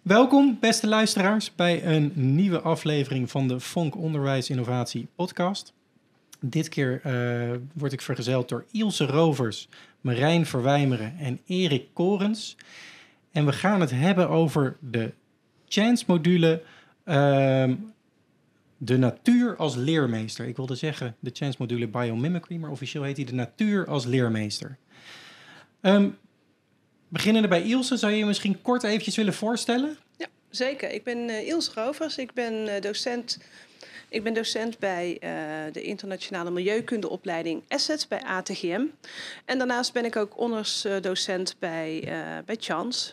Welkom, beste luisteraars, bij een nieuwe aflevering van de Vonk Onderwijs Innovatie podcast. Dit keer word ik vergezeld door Ilse Rovers, Marijn Verwijmeren en Erik Korens. En we gaan het hebben over de Chance-module De Natuur als Leermeester. Ik wilde zeggen de Chance-module Biomimicry, maar officieel heet die De Natuur als Leermeester. Beginnende bij Ilse, zou je je misschien kort eventjes willen voorstellen? Ja, zeker. Ik ben Ilse Rovers. Ik ben docent bij de internationale milieukundeopleiding Assets bij ATGM. En daarnaast ben ik ook honorsdocent bij Chance.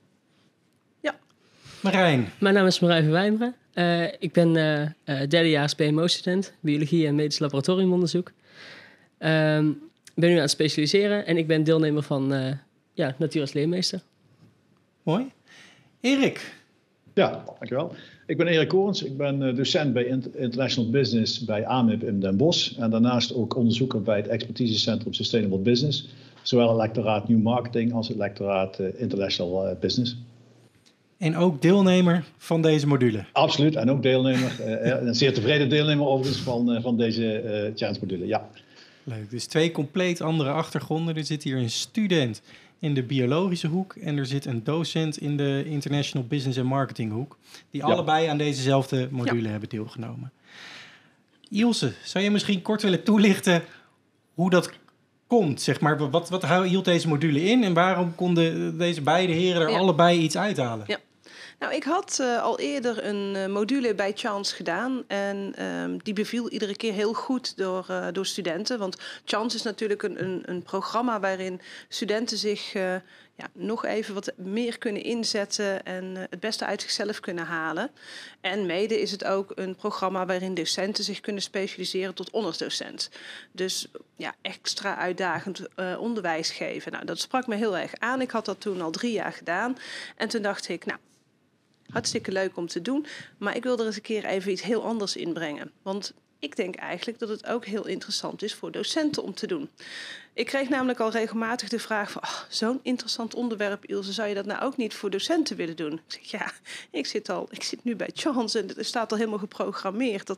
Ja. Marijn. Mijn naam is Marijn Verwijmeren. Ik ben derdejaars BMO-student, biologie en medisch laboratoriumonderzoek. Ben nu aan het specialiseren en ik ben deelnemer van Natuur als Leermeester. Mooi. Erik. Ja, dankjewel. Ik ben Erik Korens. Ik ben docent bij International Business bij AMIP in Den Bosch. En daarnaast ook onderzoeker bij het Expertisecentrum Sustainable Business. Zowel het lectoraat New Marketing als het lectoraat International Business. En ook deelnemer van deze module. Absoluut, en ook deelnemer. Een zeer tevreden deelnemer overigens van deze Chance-module, ja. Leuk, dus twee compleet andere achtergronden. Er zit hier een student in de biologische hoek en er zit een docent in de International Business en Marketing hoek, die allebei aan dezezelfde module hebben deelgenomen. Ilse, zou je misschien kort willen toelichten hoe dat komt? Zeg maar, wat hield deze module in en waarom konden deze beide heren er allebei iets uithalen? Ja. Nou, ik had al eerder een module bij Chance gedaan en die beviel iedere keer heel goed door studenten. Want Chance is natuurlijk een programma waarin studenten zich nog even wat meer kunnen inzetten en het beste uit zichzelf kunnen halen. En mede is het ook een programma waarin docenten zich kunnen specialiseren tot honorsdocent. Dus ja, extra uitdagend onderwijs geven. Nou, dat sprak me heel erg aan. Ik had dat toen al 3 jaar gedaan en toen dacht ik, nou, hartstikke leuk om te doen, maar ik wil er eens een keer even iets heel anders inbrengen. Want ik denk eigenlijk dat het ook heel interessant is voor docenten om te doen. Ik kreeg namelijk al regelmatig de vraag van, zo'n interessant onderwerp, Ilse, zou je dat nou ook niet voor docenten willen doen? Ik zeg, ja, ik zit nu bij Chance en het staat al helemaal geprogrammeerd.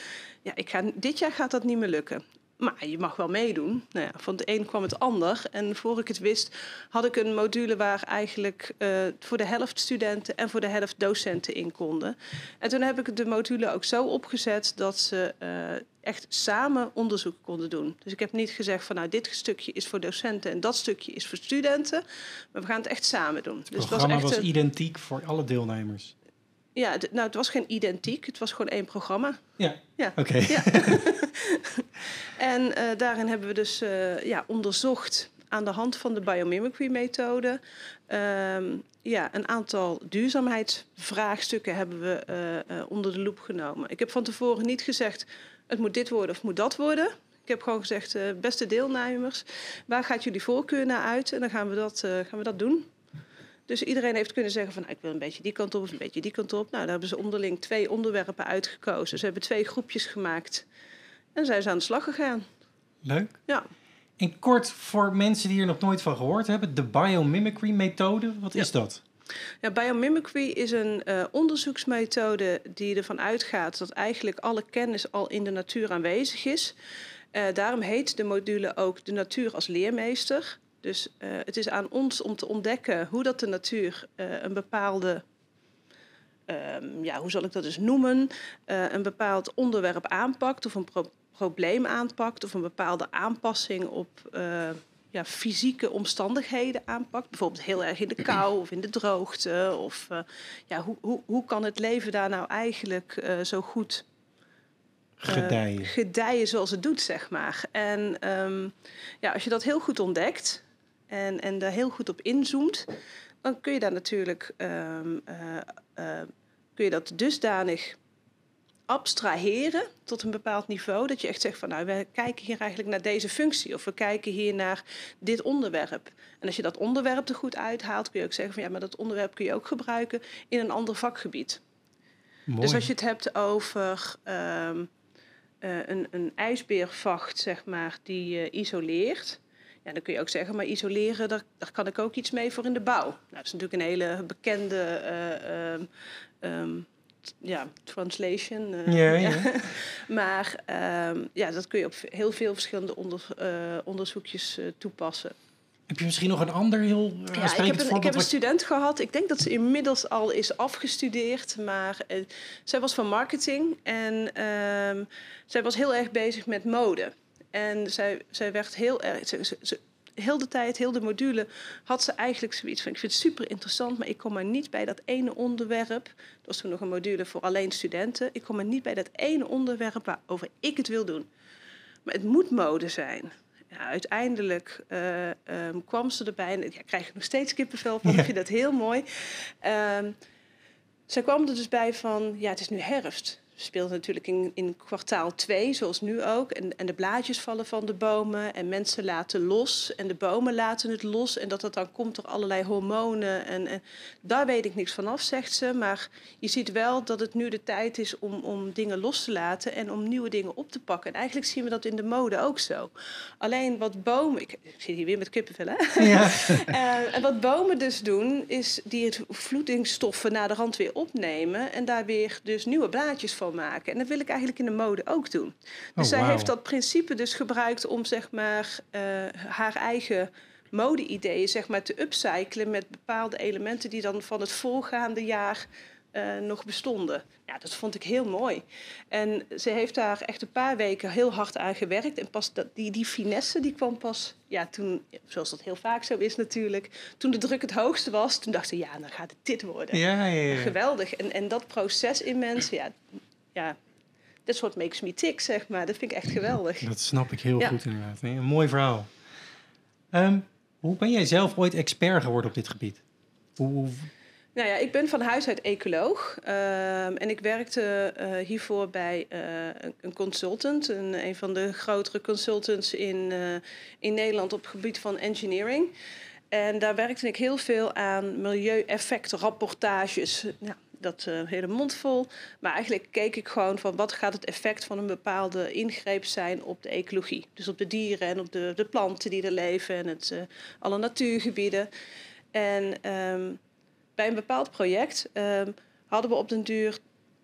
Dit jaar gaat dat niet meer lukken. Maar je mag wel meedoen. Nou ja, van de een kwam het ander. En voor ik het wist, had ik een module waar eigenlijk voor de helft studenten en voor de helft docenten in konden. En toen heb ik de module ook zo opgezet dat ze echt samen onderzoek konden doen. Dus ik heb niet gezegd van, nou, dit stukje is voor docenten en dat stukje is voor studenten. Maar we gaan het echt samen doen. Het programma was identiek voor alle deelnemers. Ja, het was geen identiek. Het was gewoon 1 programma. Ja. Oké. Ja. En daarin hebben we dus onderzocht aan de hand van de biomimicry-methode. Een aantal duurzaamheidsvraagstukken hebben we onder de loep genomen. Ik heb van tevoren niet gezegd, het moet dit worden of het moet dat worden. Ik heb gewoon gezegd, beste deelnemers, waar gaat jullie voorkeur naar uit? En dan gaan we dat doen. Dus iedereen heeft kunnen zeggen van, ik wil een beetje die kant op of een beetje die kant op. Nou, daar hebben ze onderling 2 onderwerpen uitgekozen. Ze hebben 2 groepjes gemaakt en zijn ze aan de slag gegaan. Leuk. Ja. En kort voor mensen die hier nog nooit van gehoord hebben, de biomimicry-methode, wat is dat? Ja, biomimicry is een onderzoeksmethode die ervan uitgaat dat eigenlijk alle kennis al in de natuur aanwezig is. Daarom heet de module ook De Natuur als Leermeester. Dus het is aan ons om te ontdekken hoe dat de natuur een bepaalde, hoe zal ik dat dus noemen, een bepaald onderwerp aanpakt of een probleem aanpakt of een bepaalde aanpassing op fysieke omstandigheden aanpakt. Bijvoorbeeld heel erg in de kou of in de droogte. Of hoe kan het leven daar nou eigenlijk zo goed gedijen zoals het doet, zeg maar. En als je dat heel goed ontdekt en daar heel goed op inzoomt, dan kun je daar natuurlijk kun je dat dusdanig abstraheren tot een bepaald niveau, dat je echt zegt van, nou, we kijken hier eigenlijk naar deze functie of we kijken hier naar dit onderwerp. En als je dat onderwerp er goed uithaalt, kun je ook zeggen van, ja, maar dat onderwerp kun je ook gebruiken in een ander vakgebied. Mooi. Dus als je het hebt over een ijsbeervacht, zeg maar, die isoleert, Ja, dan kun je ook zeggen, maar isoleren, daar kan ik ook iets mee voor in de bouw. Nou, dat is natuurlijk een hele bekende translation. Ja. Maar dat kun je op heel veel verschillende onderzoekjes toepassen. Heb je misschien nog een ander heel aansprekend voorbeeld? Ik heb een student gehad. Ik denk dat ze inmiddels al is afgestudeerd. Maar zij was van marketing. En zij was heel erg bezig met mode. En zij werd heel erg... Heel de tijd, heel de module, had ze eigenlijk zoiets van... ik vind het super interessant, maar ik kom maar niet bij dat ene onderwerp. Er was toen nog een module voor alleen studenten. Ik kom maar niet bij dat ene onderwerp waarover ik het wil doen. Maar het moet mode zijn. Ja, uiteindelijk kwam ze erbij. En ik krijg er nog steeds kippenvel van. Ik vind dat heel mooi. Zij kwam er dus bij van... ja, het is nu herfst. Ze speelde natuurlijk in kwartaal 2, zoals nu ook. En de blaadjes vallen van de bomen. En mensen laten los. En de bomen laten het los. En dat dan komt door allerlei hormonen. En daar weet ik niks van af, zegt ze. Maar je ziet wel dat het nu de tijd is om dingen los te laten. En om nieuwe dingen op te pakken. En eigenlijk zien we dat in de mode ook zo. Alleen wat bomen... Ik zit hier weer met kippenvel, hè? Ja. En wat bomen dus doen, is die het voedingsstoffen naar de rand weer opnemen. En daar weer dus nieuwe blaadjes van maken. En dat wil ik eigenlijk in de mode ook doen. Dus zij heeft dat principe dus gebruikt om zeg maar haar eigen mode-ideeën zeg maar te upcyclen met bepaalde elementen die dan van het voorgaande jaar nog bestonden. Ja, dat vond ik heel mooi. En ze heeft daar echt een paar weken heel hard aan gewerkt. En pas die finesse die kwam pas toen, zoals dat heel vaak zo is natuurlijk, toen de druk het hoogste was, toen dacht ze, ja, dan gaat het dit worden. Ja. Geweldig. En dat proces in mensen, ja, that's what makes me tick, zeg maar. Dat vind ik echt geweldig. Dat snap ik heel goed inderdaad. Nee, een mooi verhaal. Hoe ben jij zelf ooit expert geworden op dit gebied? Nou ja, ik ben van huis uit ecoloog. En ik werkte hiervoor bij een consultant. Een van de grotere consultants in Nederland op het gebied van engineering. En daar werkte ik heel veel aan milieueffectrapportages. Nou, dat hele mond vol. Maar eigenlijk keek ik gewoon van wat gaat het effect van een bepaalde ingreep zijn op de ecologie. Dus op de dieren en op de planten die er leven en alle natuurgebieden. En bij een bepaald project hadden we op den duur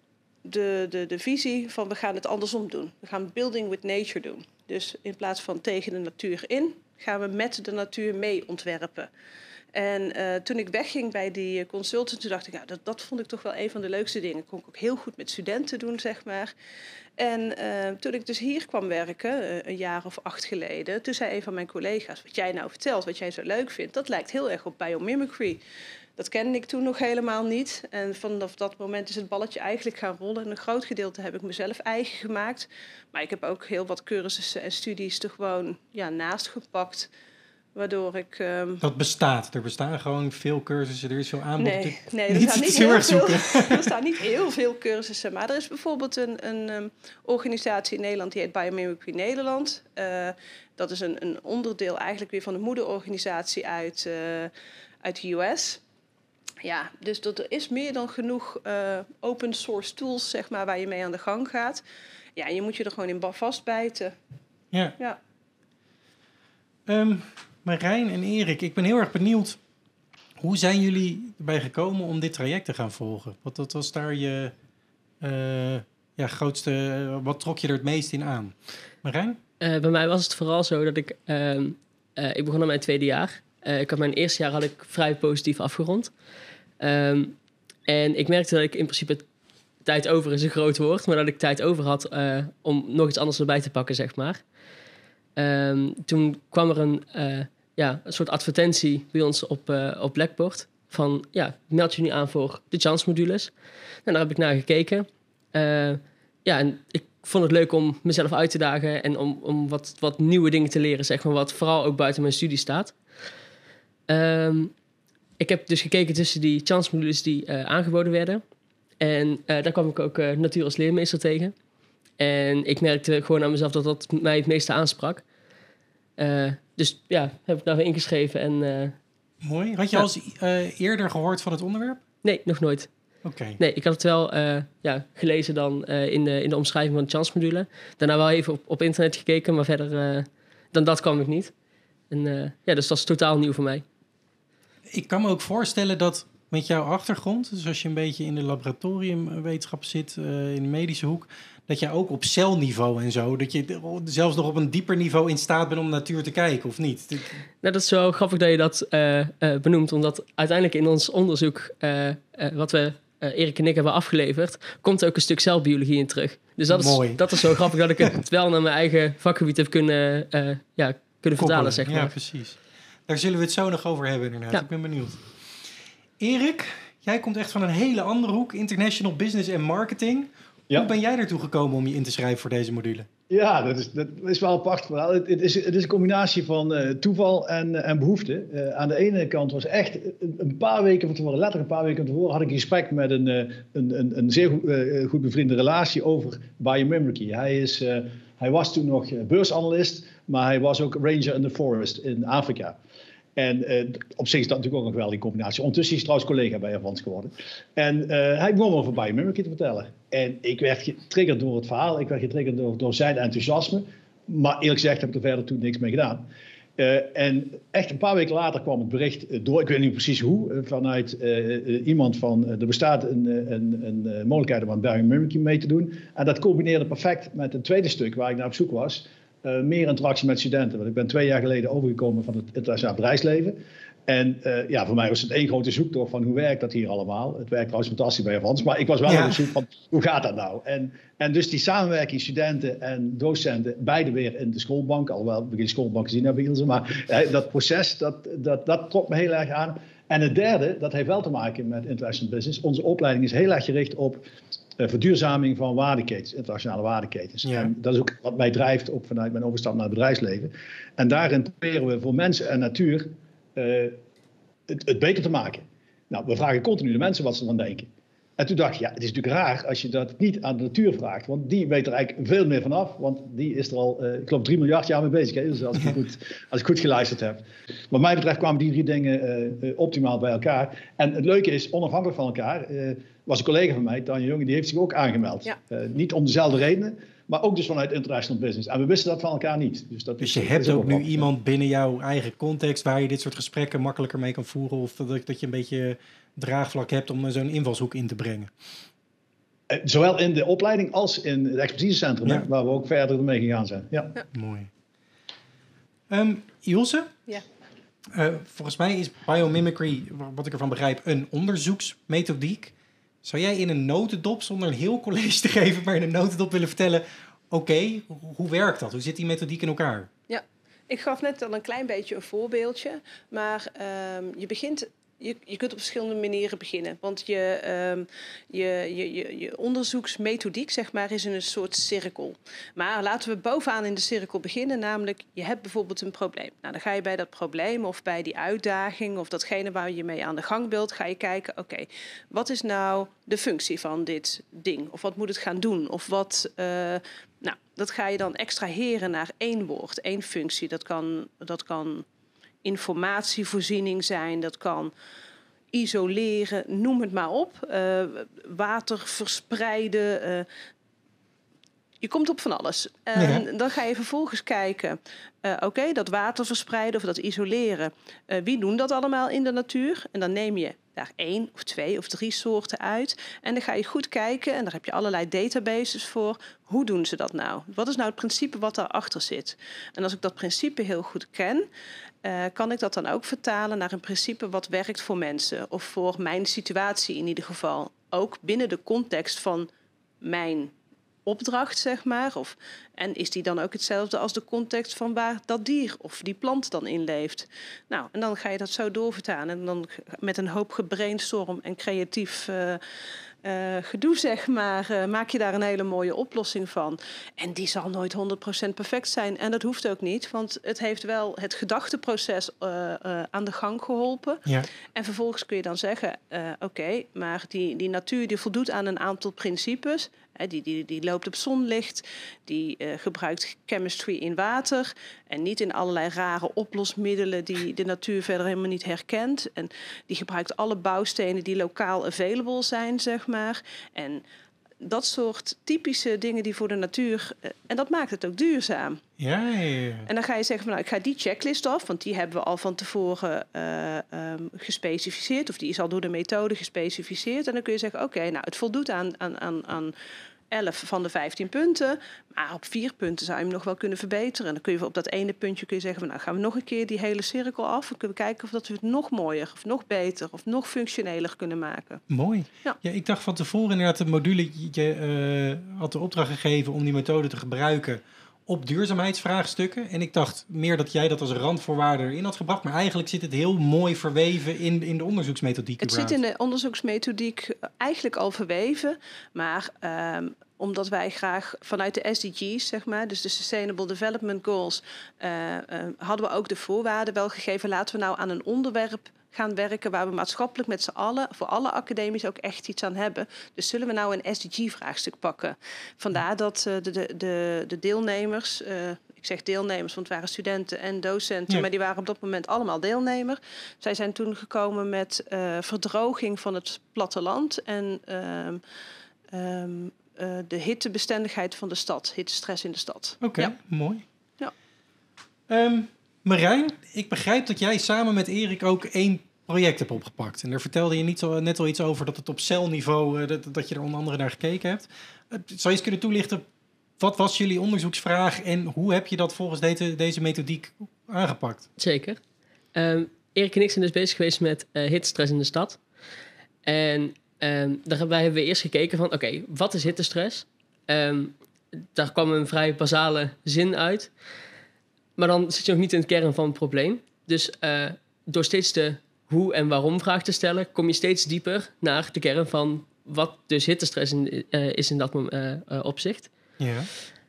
de visie van we gaan het andersom doen. We gaan building with nature doen. Dus in plaats van tegen de natuur in, gaan we met de natuur mee ontwerpen. En toen ik wegging bij die consultant, toen dacht ik, dat vond ik toch wel een van de leukste dingen. Dat kon ik ook heel goed met studenten doen, zeg maar. En toen ik dus hier kwam werken, een jaar of 8 geleden, toen zei een van mijn collega's, wat jij nou vertelt, wat jij zo leuk vindt, dat lijkt heel erg op biomimicry. Dat kende ik toen nog helemaal niet. En vanaf dat moment is het balletje eigenlijk gaan rollen. En een groot gedeelte heb ik mezelf eigen gemaakt. Maar ik heb ook heel wat cursussen en studies er gewoon naast gepakt. Waardoor ik... Dat bestaat. Er bestaan gewoon veel cursussen. Er is veel aanbod. Nee, er staan niet heel veel cursussen. Maar er is bijvoorbeeld een organisatie in Nederland die heet Biomimicry Nederland. Dat is een onderdeel eigenlijk weer van de moederorganisatie uit de US. Ja, dus er is meer dan genoeg open source tools, zeg maar, waar je mee aan de gang gaat. Ja, je moet je er gewoon in vastbijten. Ja. Marijn en Erik, ik ben heel erg benieuwd. Hoe zijn jullie erbij gekomen om dit traject te gaan volgen? Wat was daar je grootste... Wat trok je er het meest in aan? Marijn? Bij mij was het vooral zo dat ik begon aan mijn 2e jaar. Ik had mijn eerste jaar vrij positief afgerond. En ik merkte dat ik in principe... tijd over is een groot woord, maar dat ik tijd over had om nog iets anders erbij te pakken, zeg maar. Toen kwam er een soort advertentie bij ons op Blackboard van, meld je nu aan voor de chance-modules. En daar heb ik naar gekeken. En ik vond het leuk om mezelf uit te dagen en om wat nieuwe dingen te leren, zeg maar, wat vooral ook buiten mijn studie staat. Ik heb dus gekeken tussen die chance-modules die aangeboden werden. En daar kwam ik ook natuur als leermeester tegen. En ik merkte gewoon aan mezelf dat mij het meeste aansprak. Dus heb ik daarvoor ingeschreven. En, mooi. Had je al eens eerder gehoord van het onderwerp? Nee, nog nooit. Okay. Nee, ik had het wel gelezen dan in de omschrijving van de chance-module. Daarna wel even op internet gekeken, maar verder dan dat kwam ik niet. En dus dat is totaal nieuw voor mij. Ik kan me ook voorstellen dat met jouw achtergrond, dus als je een beetje in de laboratoriumwetenschap zit, in de medische hoek, dat je ook op celniveau en zo, dat je zelfs nog op een dieper niveau in staat bent om natuur te kijken, of niet? Nou, dat is wel grappig dat je dat benoemt, omdat uiteindelijk in ons onderzoek, wat we Erik en ik hebben afgeleverd, komt ook een stuk celbiologie in terug. Dus dat is zo grappig dat ik het wel naar mijn eigen vakgebied heb kunnen vertalen, zeg maar. Ja, precies. Daar zullen we het zo nog over hebben, inderdaad. Ja. Ik ben benieuwd. Erik, jij komt echt van een hele andere hoek, international business en marketing. Ja. Hoe ben jij ertoe gekomen om je in te schrijven voor deze module? Ja, dat is wel apart verhaal. Het is een combinatie van toeval en behoefte. Aan de ene kant was echt een paar weken van tevoren, letterlijk een paar weken van tevoren, had ik een gesprek met een zeer goed bevriende relatie over biomimicry. Hij was toen nog beursanalist, maar hij was ook ranger in the forest in Afrika. En op zich is dat natuurlijk ook nog wel die combinatie. Ondertussen is hij trouwens collega bij Avans geworden. En hij begon over biomimicry te vertellen. En ik werd getriggerd door het verhaal. Ik werd getriggerd door zijn enthousiasme. Maar eerlijk gezegd heb ik er verder toen niks mee gedaan. En echt een paar weken later kwam het bericht door, ik weet niet precies hoe, vanuit iemand van, er bestaat een mogelijkheid om aan biomimicry mee te doen. En dat combineerde perfect met een tweede stuk waar ik naar op zoek was. Meer interactie met studenten. Want ik ben 2 jaar geleden overgekomen van het internationaal bedrijfsleven. En voor mij was het één grote zoektocht van hoe werkt dat hier allemaal. Het werkt trouwens fantastisch bij Avans, maar ik was wel op zoek van hoe gaat dat nou? En dus die samenwerking studenten en docenten, beide weer in de schoolbank. Alhoewel we geen schoolbank gezien hebben, Ilse. Maar dat proces, dat trok me heel erg aan. En het derde, dat heeft wel te maken met international business. Onze opleiding is heel erg gericht op verduurzaming van waardeketens, internationale waardeketens. Ja. En dat is ook wat mij drijft, ook vanuit mijn overstap naar het bedrijfsleven. En daarin proberen we voor mensen en natuur het beter te maken. Nou, we vragen continu de mensen wat ze ervan denken. En toen dacht ik, het is natuurlijk raar als je dat niet aan de natuur vraagt. Want die weet er eigenlijk veel meer vanaf. Want die is er al, ik geloof 3 miljard jaar mee bezig. Hè? Dus als ik goed geluisterd heb. Wat mij betreft kwamen die 3 dingen optimaal bij elkaar. En het leuke is, onafhankelijk van elkaar, was een collega van mij, Tanja Jonge, die heeft zich ook aangemeld. Ja. Niet om dezelfde redenen, maar ook dus vanuit international business. En we wisten dat van elkaar niet. Dus je hebt ook nu iemand binnen jouw eigen context waar je dit soort gesprekken makkelijker mee kan voeren. Of dat je een beetje draagvlak hebt om zo'n invalshoek in te brengen. Zowel in de opleiding als in het expertisecentrum, waar we ook verder mee gegaan zijn. Ja. Mooi. Ilse? Ja. Volgens mij is biomimicry, wat ik ervan begrijp, een onderzoeksmethodiek. Zou jij in een notendop, zonder een heel college te geven, maar in een notendop willen vertellen, oké, hoe werkt dat? Hoe zit die methodiek in elkaar? Ja, ik gaf net al een klein beetje een voorbeeldje, maar je begint. Je kunt op verschillende manieren beginnen. Want je onderzoeksmethodiek, zeg maar, is in een soort cirkel. Maar laten we bovenaan in de cirkel beginnen. Namelijk, je hebt bijvoorbeeld een probleem. Nou, dan ga je bij dat probleem of bij die uitdaging of datgene waar je mee aan de gang wilt, ga je kijken, oké, wat is nou de functie van dit ding? Of wat moet het gaan doen? Of wat... dat ga je dan extraheren naar 1 woord, 1 functie. Dat kan informatievoorziening zijn, dat kan isoleren, noem het maar op. Water verspreiden. Je komt op van alles. Dan ga je vervolgens kijken, dat water verspreiden of dat isoleren. Wie doen dat allemaal in de natuur? En dan neem je daar 1 of 2 of 3 soorten uit. En dan ga je goed kijken, en daar heb je allerlei databases voor. Hoe doen ze dat nou? Wat is nou het principe wat daarachter zit? En als ik dat principe heel goed ken, kan ik dat dan ook vertalen naar een principe wat werkt voor mensen. Of voor mijn situatie in ieder geval. Ook binnen de context van mijn opdracht, zeg maar. En is die dan ook hetzelfde als de context van waar dat dier of die plant dan in leeft? Nou, en dan ga je dat zo doorvertalen. En dan met een hoop gebrainstorm en creatief gedoe, zeg maar, maak je daar een hele mooie oplossing van. En die zal nooit 100% perfect zijn. En dat hoeft ook niet, want het heeft wel het gedachteproces aan de gang geholpen. Ja. En vervolgens kun je dan zeggen, maar die natuur die voldoet aan een aantal principes. Die loopt op zonlicht, die gebruikt chemistry in water en niet in allerlei rare oplosmiddelen die de natuur verder helemaal niet herkent. En die gebruikt alle bouwstenen die lokaal available zijn, zeg maar. En dat soort typische dingen die voor de natuur... en dat maakt het ook duurzaam. Ja. En dan ga je zeggen, van, nou, ik ga die checklist af... want die hebben we al van tevoren gespecificeerd... of die is al door de methode gespecificeerd. En dan kun je zeggen, oké, nou, het voldoet aan 11 van de 15 punten... maar op 4 punten zou je hem nog wel kunnen verbeteren. En dan kun je op dat ene puntje zeggen... van, nou, gaan we nog een keer die hele cirkel af... en kunnen we kijken of dat we het nog mooier... of nog beter of nog functioneler kunnen maken. Mooi. Ja, ik dacht van tevoren inderdaad... de module, je had de opdracht gegeven om die methode te gebruiken... op duurzaamheidsvraagstukken. En ik dacht meer dat jij dat als randvoorwaarde erin had gebracht... maar eigenlijk zit het heel mooi verweven in de onderzoeksmethodiek. Het zit in de onderzoeksmethodiek eigenlijk al verweven... maar... omdat wij graag vanuit de SDG's, zeg maar, dus de Sustainable Development Goals... hadden we ook de voorwaarden wel gegeven... laten we nou aan een onderwerp gaan werken... waar we maatschappelijk met z'n allen, voor alle academies ook echt iets aan hebben. Dus zullen we nou een SDG-vraagstuk pakken? Vandaar dat de deelnemers... ik zeg deelnemers, want het waren studenten en docenten... Ja. maar die waren op dat moment allemaal deelnemer. Zij zijn toen gekomen met verdroging van het platteland... en de hittebestendigheid van de stad, hittestress in de stad. Oké, mooi. Ja. Marijn, ik begrijp dat jij samen met Erik ook 1 project hebt opgepakt. En daar vertelde je net al iets over dat het op celniveau, dat je er onder andere naar gekeken hebt. Zou je eens kunnen toelichten, wat was jullie onderzoeksvraag en hoe heb je dat volgens deze methodiek aangepakt? Zeker. Erik en ik zijn dus bezig geweest met hittestress in de stad. En daarbij hebben we eerst gekeken van, oké, wat is hittestress? Daar kwam een vrij basale zin uit. Maar dan zit je nog niet in het kern van het probleem. Dus door steeds de hoe en waarom vraag te stellen... kom je steeds dieper naar de kern van wat dus hittestress is in dat opzicht. Ja.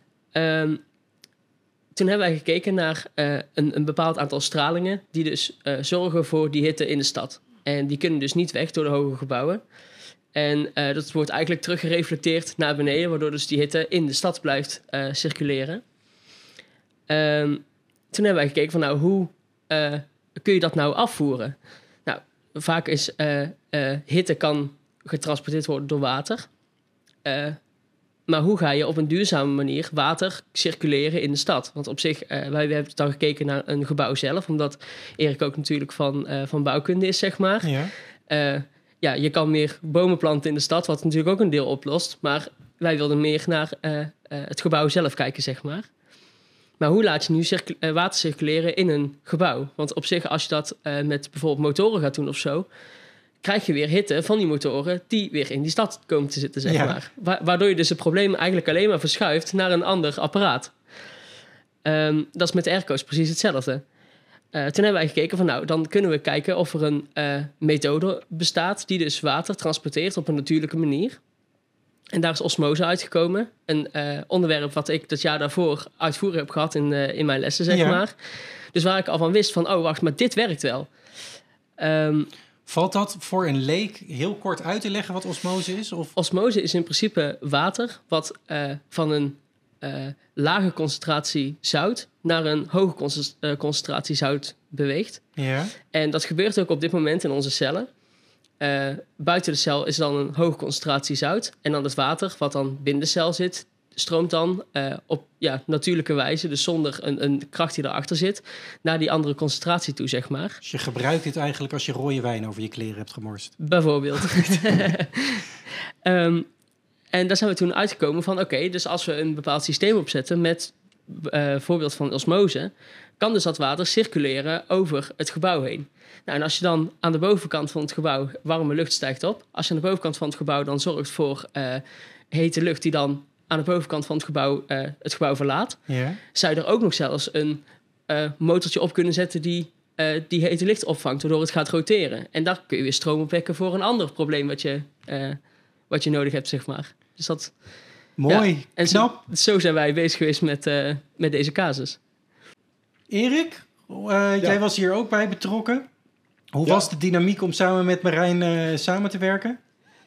Toen hebben wij gekeken naar een bepaald aantal stralingen... die dus zorgen voor die hitte in de stad. En die kunnen dus niet weg door de hoge gebouwen. En dat wordt eigenlijk teruggereflecteerd naar beneden... waardoor dus die hitte in de stad blijft circuleren. Toen hebben wij gekeken van, nou, hoe kun je dat nou afvoeren? Nou, vaak is hitte kan getransporteerd worden door water. Maar hoe ga je op een duurzame manier water circuleren in de stad? Want op zich, wij hebben dan gekeken naar een gebouw zelf... omdat Erik ook natuurlijk van bouwkunde is, zeg maar. Ja. Je kan meer bomen planten in de stad... wat natuurlijk ook een deel oplost. Maar wij wilden meer naar het gebouw zelf kijken, zeg maar. Maar hoe laat je nu water circuleren in een gebouw? Want op zich, als je dat met bijvoorbeeld motoren gaat doen of zo... krijg je weer hitte van die motoren die weer in die stad komen te zitten, zeg maar. Waardoor je dus het probleem eigenlijk alleen maar verschuift naar een ander apparaat. Dat is met de airco's precies hetzelfde. Toen hebben wij gekeken van, nou, dan kunnen we kijken of er een methode bestaat... die dus water transporteert op een natuurlijke manier... En daar is osmose uitgekomen. Een onderwerp wat ik dat jaar daarvoor uitvoerig heb gehad in mijn lessen, zeg maar. Dus waar ik al van wist van, oh, wacht, maar dit werkt wel. Valt dat voor een leek heel kort uit te leggen wat osmose is? Of? Osmose is in principe water wat van een lage concentratie zout... naar een hoge concentratie zout beweegt. Ja. En dat gebeurt ook op dit moment in onze cellen... buiten de cel is dan een hoge concentratie zout. En dan het water, wat dan binnen de cel zit... stroomt dan op natuurlijke wijze... dus zonder een kracht die erachter zit... naar die andere concentratie toe, zeg maar. Dus je gebruikt dit eigenlijk als je rode wijn over je kleren hebt gemorst? Bijvoorbeeld. En daar zijn we toen uitgekomen van... oké, dus als we een bepaald systeem opzetten... met voorbeeld van osmose... kan dus dat water circuleren over het gebouw heen. Nou, en als je dan aan de bovenkant van het gebouw warme lucht stijgt op... als je aan de bovenkant van het gebouw dan zorgt voor hete lucht... die dan aan de bovenkant van het gebouw verlaat... zou je er ook nog zelfs een motortje op kunnen zetten... die hete lucht opvangt, waardoor het gaat roteren. En daar kun je weer stroom opwekken voor een ander probleem... wat je nodig hebt, zeg maar. Dus dat... Mooi, en knap. Zo zijn wij bezig geweest met deze casus. Erik, jij was hier ook bij betrokken. Hoe was de dynamiek om samen met Marijn samen te werken?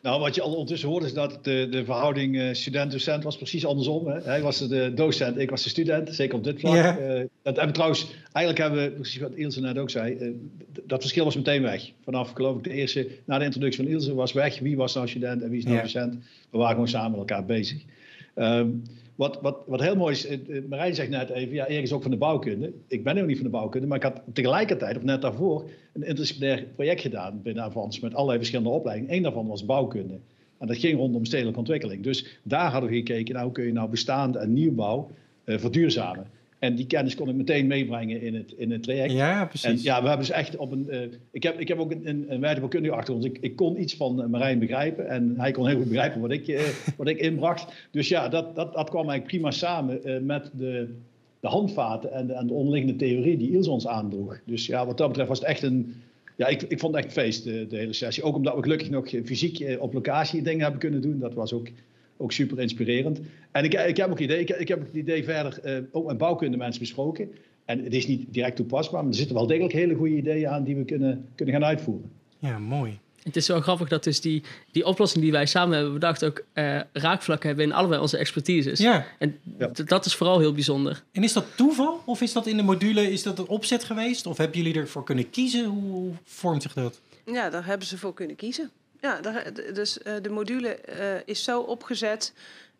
Nou, wat je al ondertussen hoort is dat de verhouding student-docent was precies andersom. Hè? Hij was de docent, ik was de student, zeker op dit vlak. Ja. Dat hebben eigenlijk hebben we, precies wat Ilse net ook zei, dat verschil was meteen weg. Vanaf, geloof ik, na de introductie van Ilse was weg. Wie was nou student en wie is nou docent? We waren gewoon samen met elkaar bezig. Wat heel mooi is, Marijn zegt net even, ja, Erik is ook van de bouwkunde. Ik ben helemaal niet van de bouwkunde, maar ik had tegelijkertijd, of net daarvoor, een interdisciplinair project gedaan binnen Avans met allerlei verschillende opleidingen. Eén daarvan was bouwkunde. En dat ging rondom stedelijke ontwikkeling. Dus daar hadden we gekeken, nou, hoe kun je nou bestaande en nieuwbouw verduurzamen. En die kennis kon ik meteen meebrengen in het traject. Ja, precies. En ja, we hebben dus echt op een... Ik heb ook een wijkbouwkundige achtergrond. Ik kon iets van Marijn begrijpen. En hij kon heel goed begrijpen wat ik inbracht. Dus ja, dat kwam eigenlijk prima samen met de handvaten en de onderliggende theorie die Ilse ons aandroeg. Dus ja, wat dat betreft was het echt een... Ja, ik vond het echt een feest, de hele sessie. Ook omdat we gelukkig nog fysiek op locatie dingen hebben kunnen doen. Dat was ook super inspirerend. En ik heb ook het idee verder ook met bouwkunde mensen besproken. En het is niet direct toepasbaar, maar er zitten wel degelijk hele goede ideeën aan die we kunnen gaan uitvoeren. Ja, mooi. Het is wel grappig dat dus die oplossing die wij samen hebben bedacht ook raakvlakken hebben in allebei onze expertises. Ja. En dat is vooral heel bijzonder. En is dat toeval? Of is dat in de module, is dat een opzet geweest? Of hebben jullie ervoor kunnen kiezen? Hoe vormt zich dat? Ja, daar hebben ze voor kunnen kiezen. Ja, dus de module is zo opgezet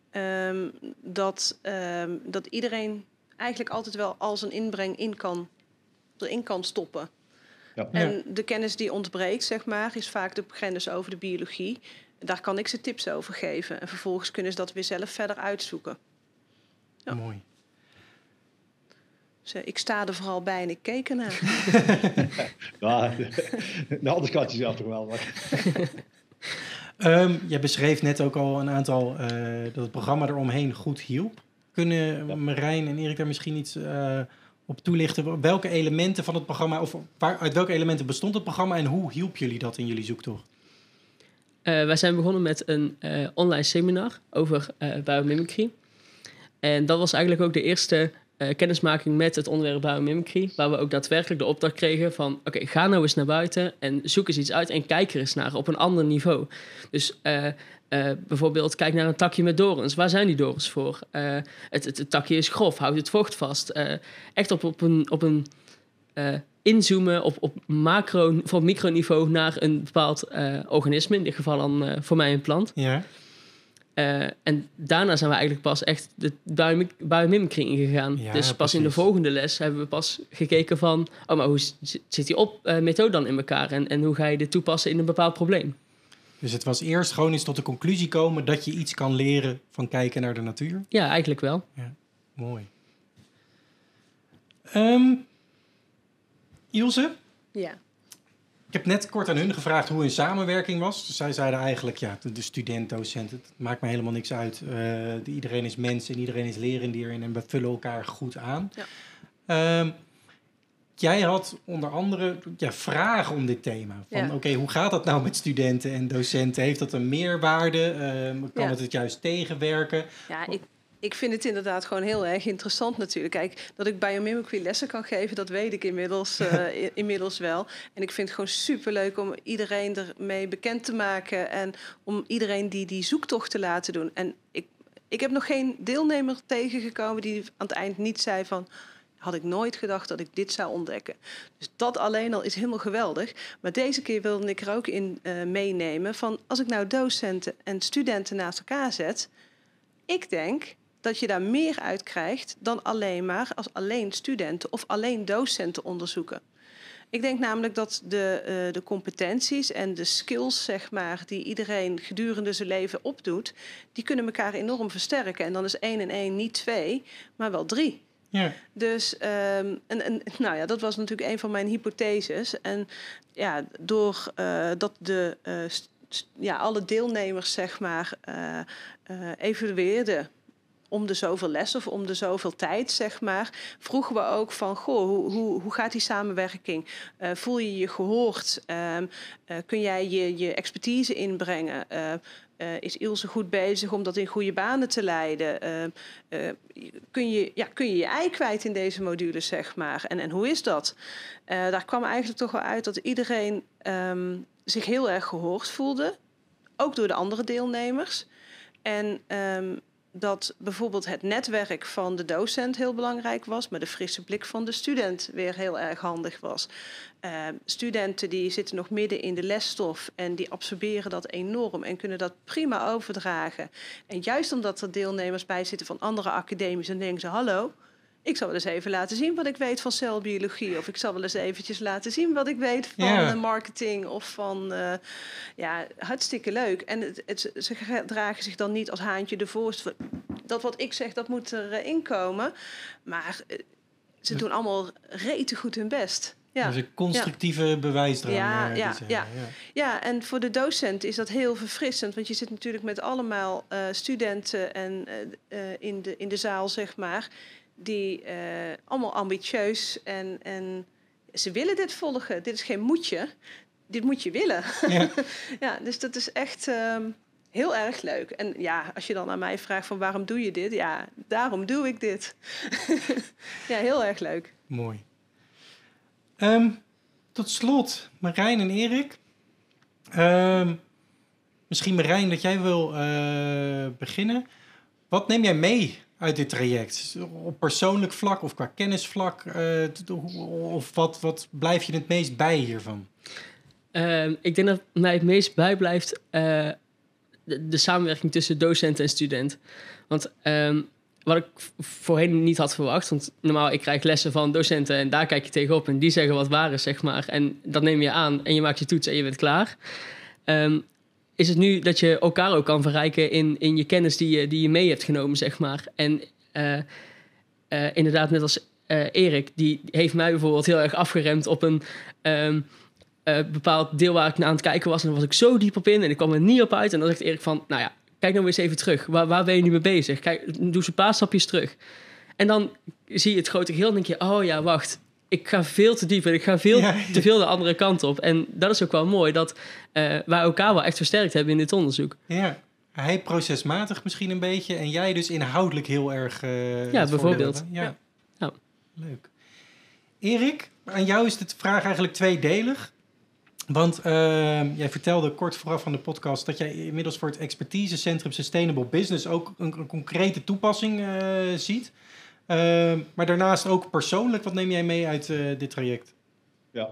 dat iedereen eigenlijk altijd wel al zijn inbreng erin kan stoppen. Ja. En de kennis die ontbreekt, zeg maar, is vaak de kennis over de biologie. Daar kan ik ze tips over geven. En vervolgens kunnen ze dat weer zelf verder uitzoeken. Ja. Mooi. Dus, ik sta er vooral bij en ik keek ernaar. Ja, de handenskatjes zelf toch wel. Jij beschreef net ook al een aantal dat het programma eromheen goed hielp. Kunnen Marijn en Erik daar misschien iets op toelichten? Welke elementen van het programma, of uit welke elementen bestond het programma en hoe hielp jullie dat in jullie zoektocht? Wij zijn begonnen met een online seminar over biomimicry. En dat was eigenlijk ook de eerste kennismaking met het onderwerp biomimicry, waar we ook daadwerkelijk de opdracht kregen van oké, ga nou eens naar buiten en zoek eens iets uit en kijk er eens naar op een ander niveau. Dus bijvoorbeeld kijk naar een takje met dorens. Waar zijn die dorens voor? Het takje is grof, houdt het vocht vast. Echt op een inzoomen op microniveau naar een bepaald organisme, in dit geval dan voor mij een plant. Ja. En daarna zijn we eigenlijk pas echt de biomimicry ingegaan. Ja, dus pas precies. in de volgende les hebben we pas gekeken van maar hoe zit die methode dan in elkaar? En hoe ga je dit toepassen in een bepaald probleem? Dus het was eerst gewoon eens tot de conclusie komen dat je iets kan leren van kijken naar de natuur? Ja, eigenlijk wel. Ja, mooi. Ilse? Ja. Ik heb net kort aan hun gevraagd hoe hun samenwerking was. Dus zij zeiden eigenlijk, ja, de student-docent, het maakt me helemaal niks uit. Iedereen is mens en iedereen is lerend en we vullen elkaar goed aan. Ja. Jij had onder andere vragen om dit thema. Van oké, hoe gaat dat nou met studenten en docenten? Heeft dat een meerwaarde? Kan het juist tegenwerken? Ja, ik vind het inderdaad gewoon heel erg interessant natuurlijk. Kijk, dat ik biomimicry lessen kan geven, dat weet ik inmiddels wel. En ik vind het gewoon superleuk om iedereen ermee bekend te maken en om iedereen die zoektocht te laten doen. En ik heb nog geen deelnemer tegengekomen die aan het eind niet zei van, had ik nooit gedacht dat ik dit zou ontdekken. Dus dat alleen al is helemaal geweldig. Maar deze keer wilde ik er ook in meenemen van, als ik nou docenten en studenten naast elkaar zet, ik denk dat je daar meer uit krijgt dan alleen studenten of alleen docenten onderzoeken. Ik denk namelijk dat de competenties en de skills, zeg maar, die iedereen gedurende zijn leven opdoet, die kunnen elkaar enorm versterken. En dan is 1 en 1 niet 2, maar wel 3. Ja. Dus dat was natuurlijk een van mijn hypotheses. En ja, doordat alle deelnemers, zeg maar, evalueerden om de zoveel les of om de zoveel tijd, zeg maar, vroegen we ook van, hoe gaat die samenwerking? Voel je je gehoord? Kun jij je expertise inbrengen? Is Ilse goed bezig om dat in goede banen te leiden? Kun je je ei kwijt in deze modules, zeg maar? En hoe is dat? Daar kwam eigenlijk toch wel uit dat iedereen zich heel erg gehoord voelde. ook door de andere deelnemers. En dat bijvoorbeeld het netwerk van de docent heel belangrijk was, maar de frisse blik van de student weer heel erg handig was. Studenten die zitten nog midden in de lesstof en die absorberen dat enorm en kunnen dat prima overdragen. En juist omdat er deelnemers bij zitten van andere academies, dan denken ze, hallo, ik zal wel eens even laten zien wat ik weet van celbiologie. Of ik zal wel eens eventjes laten zien wat ik weet van marketing of van... hartstikke leuk. En ze dragen zich dan niet als haantje de voorst. Dat wat ik zeg, dat moet erin komen. Maar ze doen allemaal rete goed hun best. Ja. Dus een constructieve bewijsdrang. Ja, en voor de docent is dat heel verfrissend. Want je zit natuurlijk met allemaal studenten en in de zaal, zeg maar, die allemaal ambitieus en ze willen dit volgen. Dit is geen moetje. Dit moet je willen. Ja, dus dat is echt heel erg leuk. En ja, als je dan aan mij vraagt van waarom doe je dit? Ja, daarom doe ik dit. Ja, heel erg leuk. Mooi. Tot slot, Marijn en Erik. Misschien Marijn, dat jij wil beginnen. Wat neem jij mee uit dit traject? Op persoonlijk vlak of qua kennisvlak? Of wat blijf je het meest bij hiervan? Ik denk dat mij het meest bijblijft de samenwerking tussen docent en student. Want wat ik voorheen niet had verwacht, want normaal ik krijg lessen van docenten en daar kijk je tegenop en die zeggen wat waar is, zeg maar. En dat neem je aan en je maakt je toets en je bent klaar. Is het nu dat je elkaar ook kan verrijken in je kennis die je mee hebt genomen, zeg maar. En inderdaad, net als Erik, die heeft mij bijvoorbeeld heel erg afgeremd op een bepaald deel waar ik naar aan het kijken was. En dan was ik zo diep op in en ik kwam er niet op uit. En dan zegt Erik van, nou ja, kijk nou eens even terug. Waar ben je nu mee bezig? Kijk, doe eens een paar stapjes terug. En dan zie je het grote geheel en denk je, oh ja, wacht. Ik ga veel te diep en ik ga te veel de andere kant op. En dat is ook wel mooi, dat wij elkaar wel echt versterkt hebben in dit onderzoek. Ja, hij procesmatig misschien een beetje en jij dus inhoudelijk heel erg... ja, bijvoorbeeld. Ja. Leuk. Erik, aan jou is de vraag eigenlijk tweedelig. Want jij vertelde kort vooraf van de podcast dat jij inmiddels voor het expertisecentrum Sustainable Business ook een concrete toepassing ziet. Maar daarnaast ook persoonlijk, wat neem jij mee uit dit traject? Ja,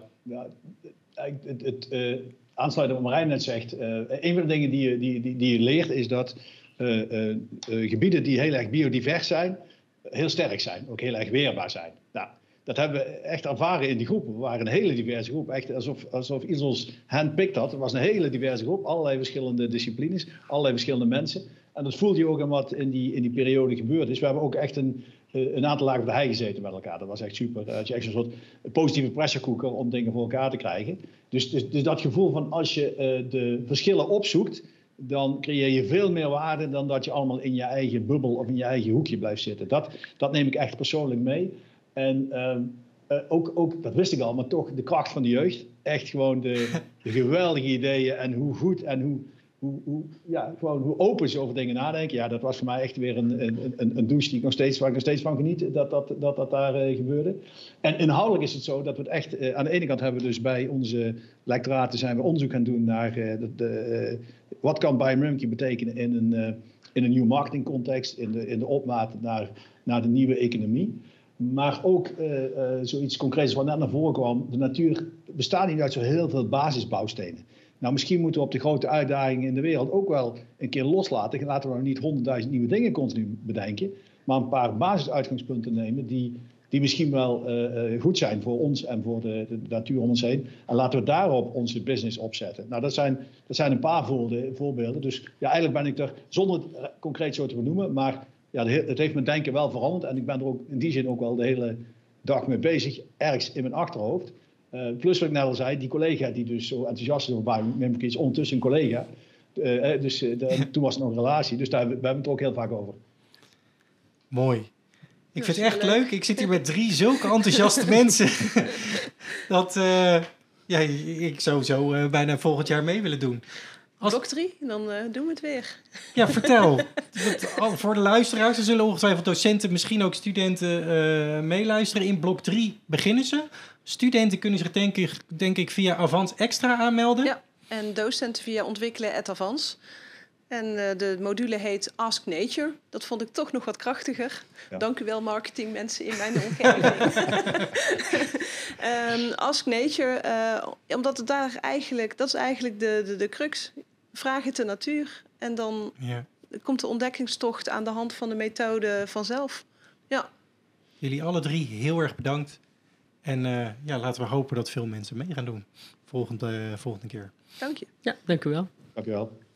het aansluiten op wat Marijn net zegt. Een van de dingen die je leert is dat gebieden die heel erg biodivers zijn, heel sterk zijn, ook heel erg weerbaar zijn. Nou, dat hebben we echt ervaren in die groep. We waren een hele diverse groep. Echt alsof iets ons handpikt had. Het was een hele diverse groep. Allerlei verschillende disciplines. Allerlei verschillende mensen. En dat voelde je ook aan wat in die periode gebeurd is. We hebben ook echt een aantal dagen op de hei gezeten met elkaar. Dat was echt super. Dat je echt een soort positieve pressure cooker om dingen voor elkaar te krijgen. Dus dat gevoel van als je de verschillen opzoekt, dan creëer je veel meer waarde dan dat je allemaal in je eigen bubbel of in je eigen hoekje blijft zitten. Dat neem ik echt persoonlijk mee. En ook, dat wist ik al, maar toch de kracht van de jeugd. Echt gewoon de geweldige ideeën en hoe goed en hoe open ze over dingen nadenken. Ja, dat was voor mij echt weer een douche waar ik nog steeds van geniet dat daar gebeurde. En inhoudelijk is het zo dat we het echt... aan de ene kant hebben we dus bij onze lectoraten zijn we onderzoek gaan doen naar wat kan biomimicry betekenen in een nieuw marketingcontext, in de opmaat naar de nieuwe economie. Maar ook zoiets concreets wat net naar voren kwam. De natuur bestaat niet uit zo heel veel basisbouwstenen. Nou, misschien moeten we op de grote uitdagingen in de wereld ook wel een keer loslaten. Laten we nou niet 100.000 nieuwe dingen continu bedenken. Maar een paar basisuitgangspunten nemen die misschien wel goed zijn voor ons en voor de natuur om ons heen. En laten we daarop onze business opzetten. Nou, dat zijn een paar voorbeelden. Dus ja, eigenlijk ben ik er, zonder het concreet zo te benoemen, maar ja, het heeft mijn denken wel veranderd. En ik ben er ook in die zin ook wel de hele dag mee bezig, ergens in mijn achterhoofd. Plus wat ik net al zei, die collega die dus zo enthousiast is over biomimicry is ondertussen een collega. Toen was het nog een relatie, dus we hebben het er ook heel vaak over. Mooi. Ik vind het echt leuk. Ik zit hier met 3 zulke enthousiaste mensen. Dat ik sowieso bijna volgend jaar mee willen doen. Blok 3, dan doen we het weer. Ja, vertel. Voor de luisteraars, er zullen ongetwijfeld docenten, misschien ook studenten meeluisteren. In blok 3 beginnen ze. Studenten kunnen zich denk ik via Avans Extra aanmelden. Ja. En docenten via ontwikkelen @ avans. En de module heet Ask Nature. Dat vond ik toch nog wat krachtiger. Ja. Dank u wel, marketingmensen in mijn omgeving. Ask Nature, omdat het daar eigenlijk... Dat is eigenlijk de crux. Vraag het de natuur. En dan komt de ontdekkingstocht aan de hand van de methode vanzelf. Ja. Jullie alle 3 heel erg bedankt. En laten we hopen dat veel mensen mee gaan doen. Volgende keer. Dank je. Ja, dank u wel. Dank je wel.